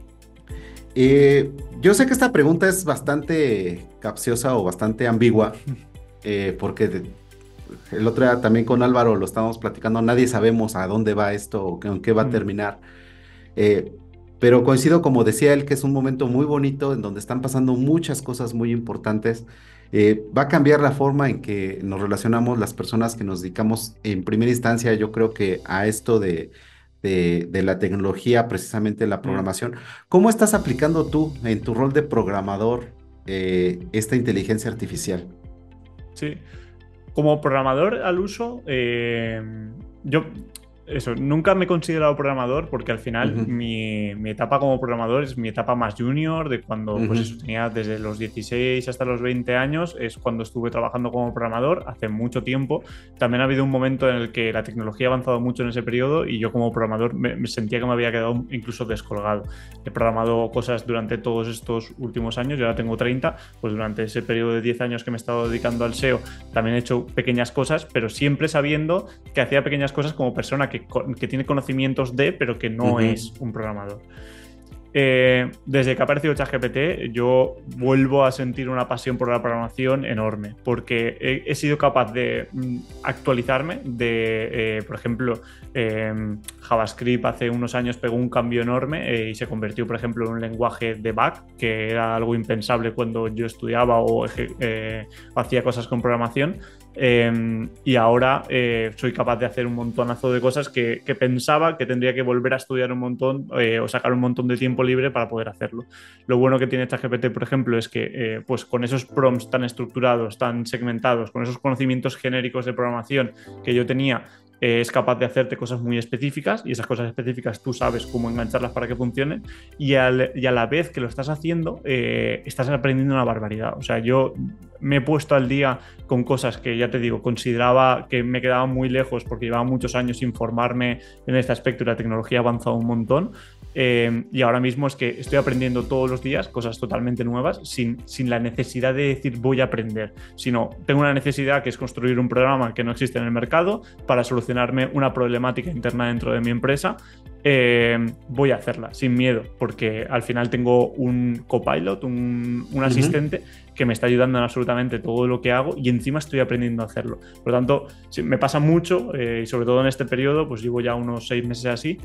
Yo sé que esta pregunta es bastante capciosa o bastante ambigua, porque el otro día también con Álvaro lo estábamos platicando, nadie sabemos a dónde va esto o en qué va a terminar. Pero coincido, como decía él, que es un momento muy bonito en donde están pasando muchas cosas muy importantes. Va a cambiar la forma en que nos relacionamos las personas que nos dedicamos en primera instancia, yo creo que a esto de la tecnología, precisamente la programación. ¿Cómo estás aplicando tú en tu rol de programador esta inteligencia artificial? Sí, como programador al uso, yo nunca me he considerado programador porque al final mi etapa como programador es mi etapa más junior, de cuando pues eso, tenía desde los 16 hasta los 20 años, es cuando estuve trabajando como programador hace mucho tiempo. También ha habido un momento en el que la tecnología ha avanzado mucho en ese periodo y yo como programador me sentía que me había quedado incluso descolgado. He programado cosas durante todos estos últimos años, yo ahora tengo 30, pues durante ese periodo de 10 años que me he estado dedicando al SEO también he hecho pequeñas cosas, pero siempre sabiendo que hacía pequeñas cosas como persona que tiene conocimientos de, pero que no es un programador. Desde que ha aparecido ChatGPT, yo vuelvo a sentir una pasión por la programación enorme, porque he sido capaz de actualizarme, por ejemplo, JavaScript hace unos años pegó un cambio enorme y se convirtió, por ejemplo, en un lenguaje de back, que era algo impensable cuando yo estudiaba o hacía cosas con programación. Y ahora soy capaz de hacer un montonazo de cosas que pensaba que tendría que volver a estudiar un montón o sacar un montón de tiempo libre para poder hacerlo. Lo bueno que tiene ChatGPT, por ejemplo, es que pues con esos prompts tan estructurados, tan segmentados, con esos conocimientos genéricos de programación que yo tenía, es capaz de hacerte cosas muy específicas y esas cosas específicas tú sabes cómo engancharlas para que funcionen y a la vez que lo estás haciendo estás aprendiendo una barbaridad. O sea, yo me he puesto al día con cosas que, ya te digo, consideraba que me quedaban muy lejos porque llevaba muchos años sin formarme en este aspecto y la tecnología ha avanzado un montón. Y ahora mismo es que estoy aprendiendo todos los días cosas totalmente nuevas sin la necesidad de decir voy a aprender, sino tengo una necesidad que es construir un programa que no existe en el mercado para solucionarme una problemática interna dentro de mi empresa. Voy a hacerla sin miedo porque al final tengo un copilot, un asistente que me está ayudando en absolutamente todo lo que hago y encima estoy aprendiendo a hacerlo. Por lo tanto, me pasa mucho y sobre todo en este periodo, pues llevo ya unos 6 meses así.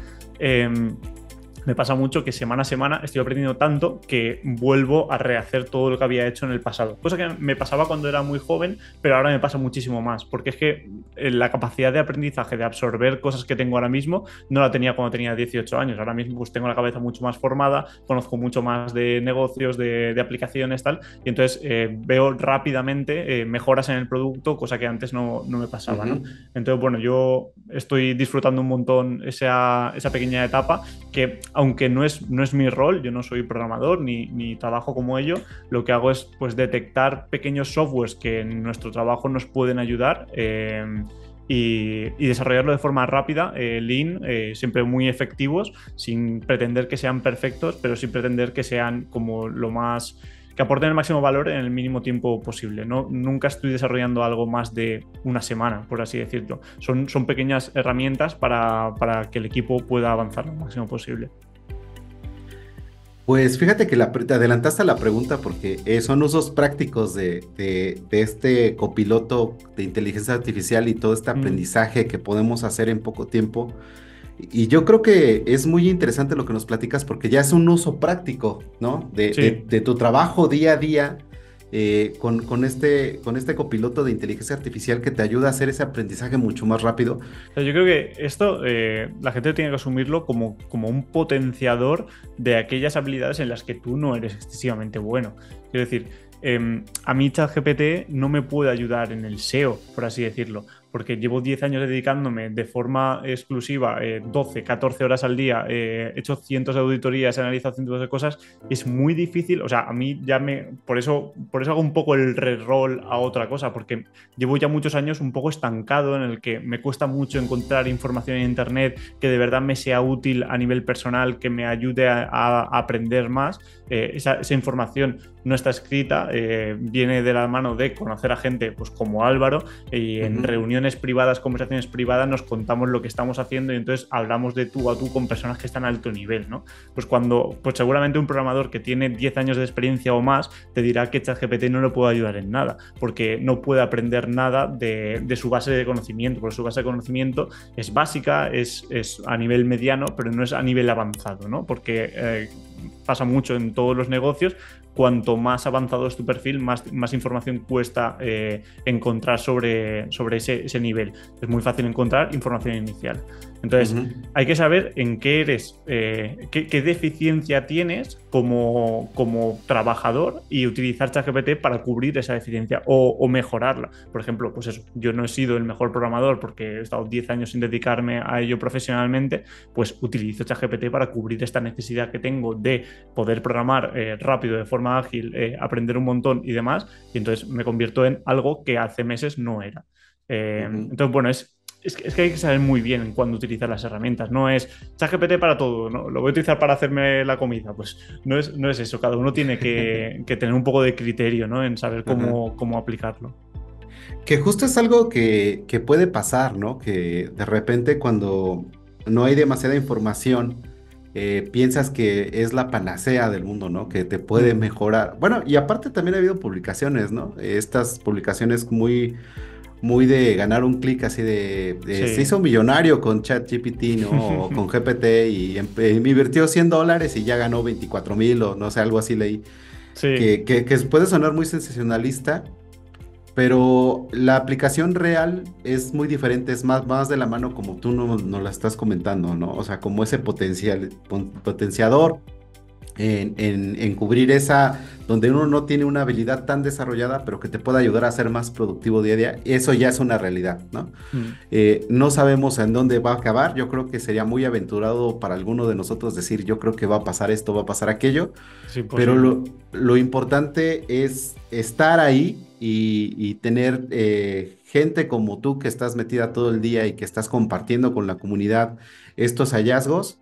Me pasa mucho que semana a semana estoy aprendiendo tanto que vuelvo a rehacer todo lo que había hecho en el pasado. Cosa que me pasaba cuando era muy joven, pero ahora me pasa muchísimo más, porque es que la capacidad de aprendizaje, de absorber cosas que tengo ahora mismo, no la tenía cuando tenía 18 años. Ahora mismo pues tengo la cabeza mucho más formada, conozco mucho más de negocios, de aplicaciones, tal, y entonces veo rápidamente mejoras en el producto, cosa que antes no me pasaba, ¿no? Entonces, bueno, yo estoy disfrutando un montón esa pequeña etapa que, aunque no es mi rol, yo no soy programador ni trabajo como ello, lo que hago es pues detectar pequeños softwares que en nuestro trabajo nos pueden ayudar y desarrollarlo de forma rápida, lean, siempre muy efectivos, sin pretender que sean perfectos, pero sin pretender que sean como lo más, que aporten el máximo valor en el mínimo tiempo posible. No, nunca estoy desarrollando algo más de una semana, por así decirlo. Son pequeñas herramientas para que el equipo pueda avanzar lo máximo posible. Pues fíjate que te adelantaste a la pregunta porque son usos prácticos de este copiloto de inteligencia artificial y todo este Mm, aprendizaje que podemos hacer en poco tiempo. Y yo creo que es muy interesante lo que nos platicas porque ya es un uso práctico, ¿no? sí. De tu trabajo día a día con este copiloto de inteligencia artificial que te ayuda a hacer ese aprendizaje mucho más rápido. O sea, yo creo que esto la gente tiene que asumirlo como un potenciador de aquellas habilidades en las que tú no eres excesivamente bueno. Quiero decir, a mí ChatGPT no me puede ayudar en el SEO, por así decirlo, porque llevo 10 años dedicándome de forma exclusiva 12, 14 horas al día, he hecho cientos de auditorías, he analizado cientos de cosas. Es muy difícil, o sea, a mí ya por eso hago un poco el reroll a otra cosa, porque llevo ya muchos años un poco estancado en el que me cuesta mucho encontrar información en internet que de verdad me sea útil a nivel personal, que me ayude a aprender más. Esa información no está escrita, viene de la mano de conocer a gente pues, como Álvaro, y en Ujú. reuniones privadas, conversaciones privadas, nos contamos lo que estamos haciendo y entonces hablamos de tú a tú con personas que están a alto nivel, ¿no? Pues seguramente un programador que tiene 10 años de experiencia o más te dirá que ChatGPT no le puede ayudar en nada, porque no puede aprender nada de su base de conocimiento, porque su base de conocimiento es básica, es a nivel mediano, pero no es a nivel avanzado, ¿no? Porque pasa mucho en todos los negocios. Cuanto más avanzado es tu perfil, más información cuesta encontrar sobre ese nivel. Es muy fácil encontrar información inicial. Entonces, Ujú. hay que saber en qué eres, qué deficiencia tienes como trabajador y utilizar ChatGPT para cubrir esa deficiencia o mejorarla. Por ejemplo, pues eso, yo no he sido el mejor programador porque he estado 10 años sin dedicarme a ello profesionalmente, pues utilizo ChatGPT para cubrir esta necesidad que tengo de poder programar rápido, de forma ágil, aprender un montón y demás, y entonces me convierto en algo que hace meses no era. Ujú. Entonces, bueno, es que hay que saber muy bien cuándo utilizar las herramientas. No es ChatGPT para todo, ¿no? Lo voy a utilizar para hacerme la comida. Pues no es eso. Cada uno tiene que tener un poco de criterio, ¿no? En saber Ajá. cómo aplicarlo. Que justo es algo que puede pasar, ¿no? Que de repente cuando no hay demasiada información, piensas que es la panacea del mundo, ¿no? Que te puede Mm, mejorar. Bueno, y aparte también ha habido publicaciones, ¿no? Estas publicaciones muy de ganar un clic así se sí. hizo millonario con ChatGPT, ¿no? O con GPT y invirtió $100 y ya ganó 24,000 o no sé, algo así leí. Sí. Que puede sonar muy sensacionalista, pero la aplicación real es muy diferente, es más de la mano como tú no la estás comentando, ¿no? O sea, como ese potenciador en cubrir esa, donde uno no tiene una habilidad tan desarrollada, pero que te pueda ayudar a ser más productivo día a día, eso ya es una realidad, ¿no? Mm, No sabemos en dónde va a acabar, yo creo que sería muy aventurado para alguno de nosotros decir, yo creo que va a pasar esto, va a pasar aquello, es pero imposible. lo importante es estar ahí y tener gente como tú que estás metida todo el día y que estás compartiendo con la comunidad estos hallazgos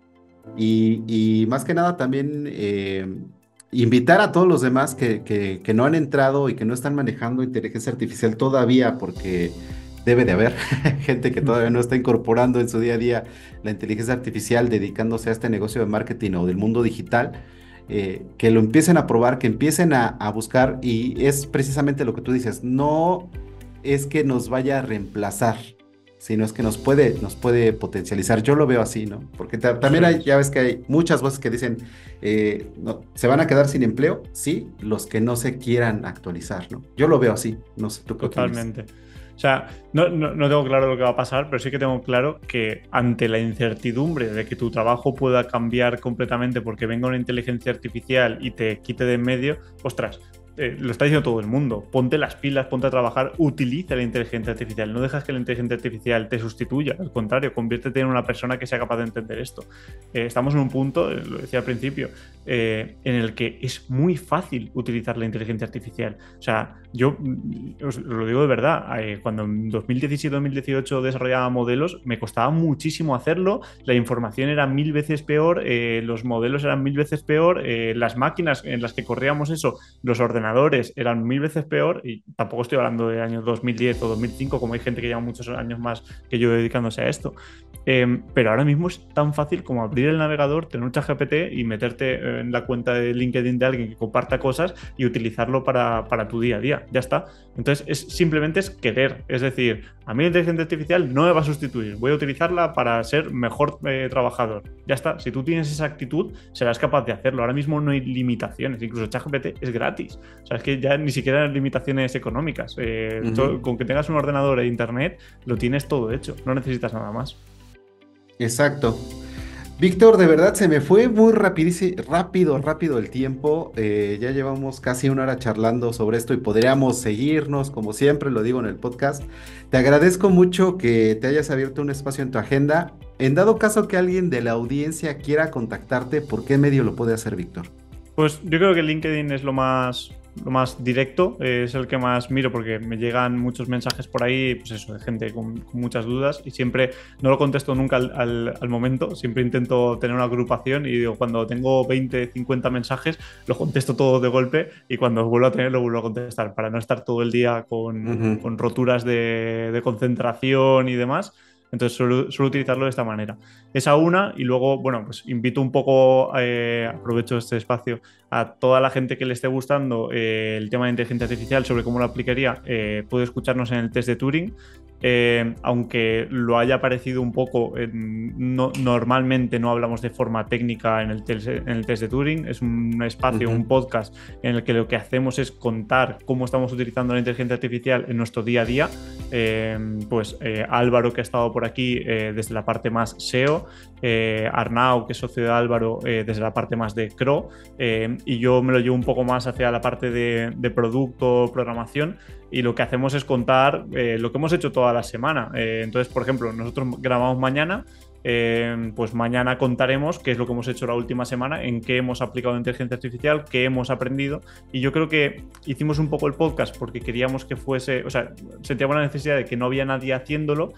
y más que nada también invitar a todos los demás que no han entrado y que no están manejando inteligencia artificial todavía porque debe de haber gente que todavía no está incorporando en su día a día la inteligencia artificial dedicándose a este negocio de marketing o del mundo digital que lo empiecen a probar, que empiecen a buscar y es precisamente lo que tú dices, no es que nos vaya a reemplazar, sino es que nos puede potencializar. Yo lo veo así, ¿no? Porque también Eso hay, es. ya ves que hay muchas voces que dicen, ¿se van a quedar sin empleo? Sí, los que no se quieran actualizar, ¿no? Yo lo veo así, no sé, ¿tú qué opinas? Totalmente. O sea, no tengo claro lo que va a pasar, pero sí que tengo claro que ante la incertidumbre de que tu trabajo pueda cambiar completamente porque venga una inteligencia artificial y te quite de en medio, ostras, lo está diciendo todo el mundo. Ponte las pilas, ponte a trabajar, utiliza la inteligencia artificial. No dejas que la inteligencia artificial te sustituya. Al contrario, conviértete en una persona que sea capaz de entender esto. Estamos en un punto, lo decía al principio, en el que es muy fácil utilizar la inteligencia artificial. O sea, yo os lo digo de verdad, cuando en 2017-2018 desarrollaba modelos, me costaba muchísimo hacerlo. La información era 1000 veces peor, los modelos eran 1000 veces peor, las máquinas en las que corríamos eso, los ordenadores eran 1000 veces peor, y tampoco estoy hablando de años 2010 o 2005, como hay gente que lleva muchos años más que yo dedicándose a esto. Pero ahora mismo es tan fácil como abrir el navegador, tener un ChatGPT y meterte en la cuenta de LinkedIn de alguien que comparta cosas y utilizarlo para tu día a día. Ya está. Entonces, simplemente es querer. Es decir, a mí la inteligencia artificial no me va a sustituir. Voy a utilizarla para ser mejor trabajador. Ya está. Si tú tienes esa actitud, serás capaz de hacerlo. Ahora mismo no hay limitaciones. Incluso ChatGPT es gratis. O sea, es que ya ni siquiera hay limitaciones económicas. Con que tengas un ordenador e internet, lo tienes todo hecho. No necesitas nada más. Exacto. Víctor, de verdad se me fue muy rápido el tiempo. Ya llevamos casi 1 hora charlando sobre esto y podríamos seguirnos, como siempre lo digo en el podcast. Te agradezco mucho que te hayas abierto un espacio en tu agenda. En dado caso que alguien de la audiencia quiera contactarte, ¿por qué medio lo puede hacer, Víctor? Pues yo creo que LinkedIn es lo más directo, es el que más miro, porque me llegan muchos mensajes por ahí, pues eso, de gente con muchas dudas, y siempre no lo contesto nunca al momento. Siempre intento tener una agrupación y digo, cuando tengo 20, 50 mensajes, los contesto todos de golpe, y cuando vuelvo a tener, lo vuelvo a contestar, para no estar todo el día con roturas de concentración y demás. Entonces suelo utilizarlo de esta manera. Esa una, y luego, bueno, pues invito un poco, aprovecho este espacio, a toda la gente que le esté gustando el tema de inteligencia artificial, sobre cómo lo aplicaría, puede escucharnos en el test de Turing. Aunque lo haya parecido un poco, normalmente no hablamos de forma técnica en el test de Turing. Es un espacio, un podcast en el que lo que hacemos es contar cómo estamos utilizando la inteligencia artificial en nuestro día a día. Álvaro, que ha estado por aquí desde la parte más SEO, Arnau, que es socio de Álvaro, desde la parte más de CRO, y yo me lo llevo un poco más hacia la parte de producto, programación, y lo que hacemos es contar lo que hemos hecho toda la semana. Entonces, por ejemplo, nosotros grabamos mañana, pues mañana contaremos qué es lo que hemos hecho la última semana, en qué hemos aplicado inteligencia artificial, qué hemos aprendido. Y yo creo que hicimos un poco el podcast porque queríamos que fuese, o sea, sentíamos la necesidad de que no había nadie haciéndolo,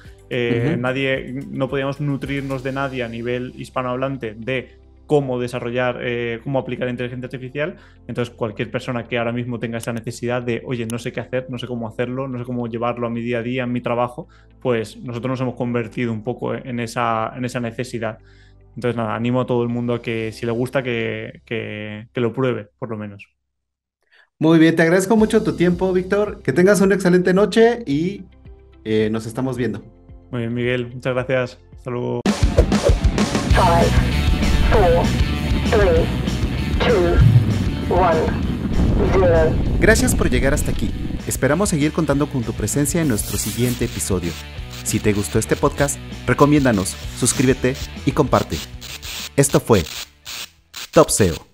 no podíamos nutrirnos de nadie a nivel hispanohablante de cómo desarrollar, cómo aplicar inteligencia artificial. Entonces, cualquier persona que ahora mismo tenga esa necesidad de, oye, no sé qué hacer, no sé cómo hacerlo, no sé cómo llevarlo a mi día a día, en mi trabajo, pues nosotros nos hemos convertido un poco en esa necesidad. Entonces, nada, animo a todo el mundo a que, si le gusta, que lo pruebe, por lo menos. Muy bien, te agradezco mucho tu tiempo, Víctor. Que tengas una excelente noche y nos estamos viendo. Muy bien, Miguel, muchas gracias. Hasta luego. 4, 3, 2, 1, 0. Gracias por llegar hasta aquí. Esperamos seguir contando con tu presencia en nuestro siguiente episodio. Si te gustó este podcast, recomiéndanos, suscríbete y comparte. Esto fue Top SEO.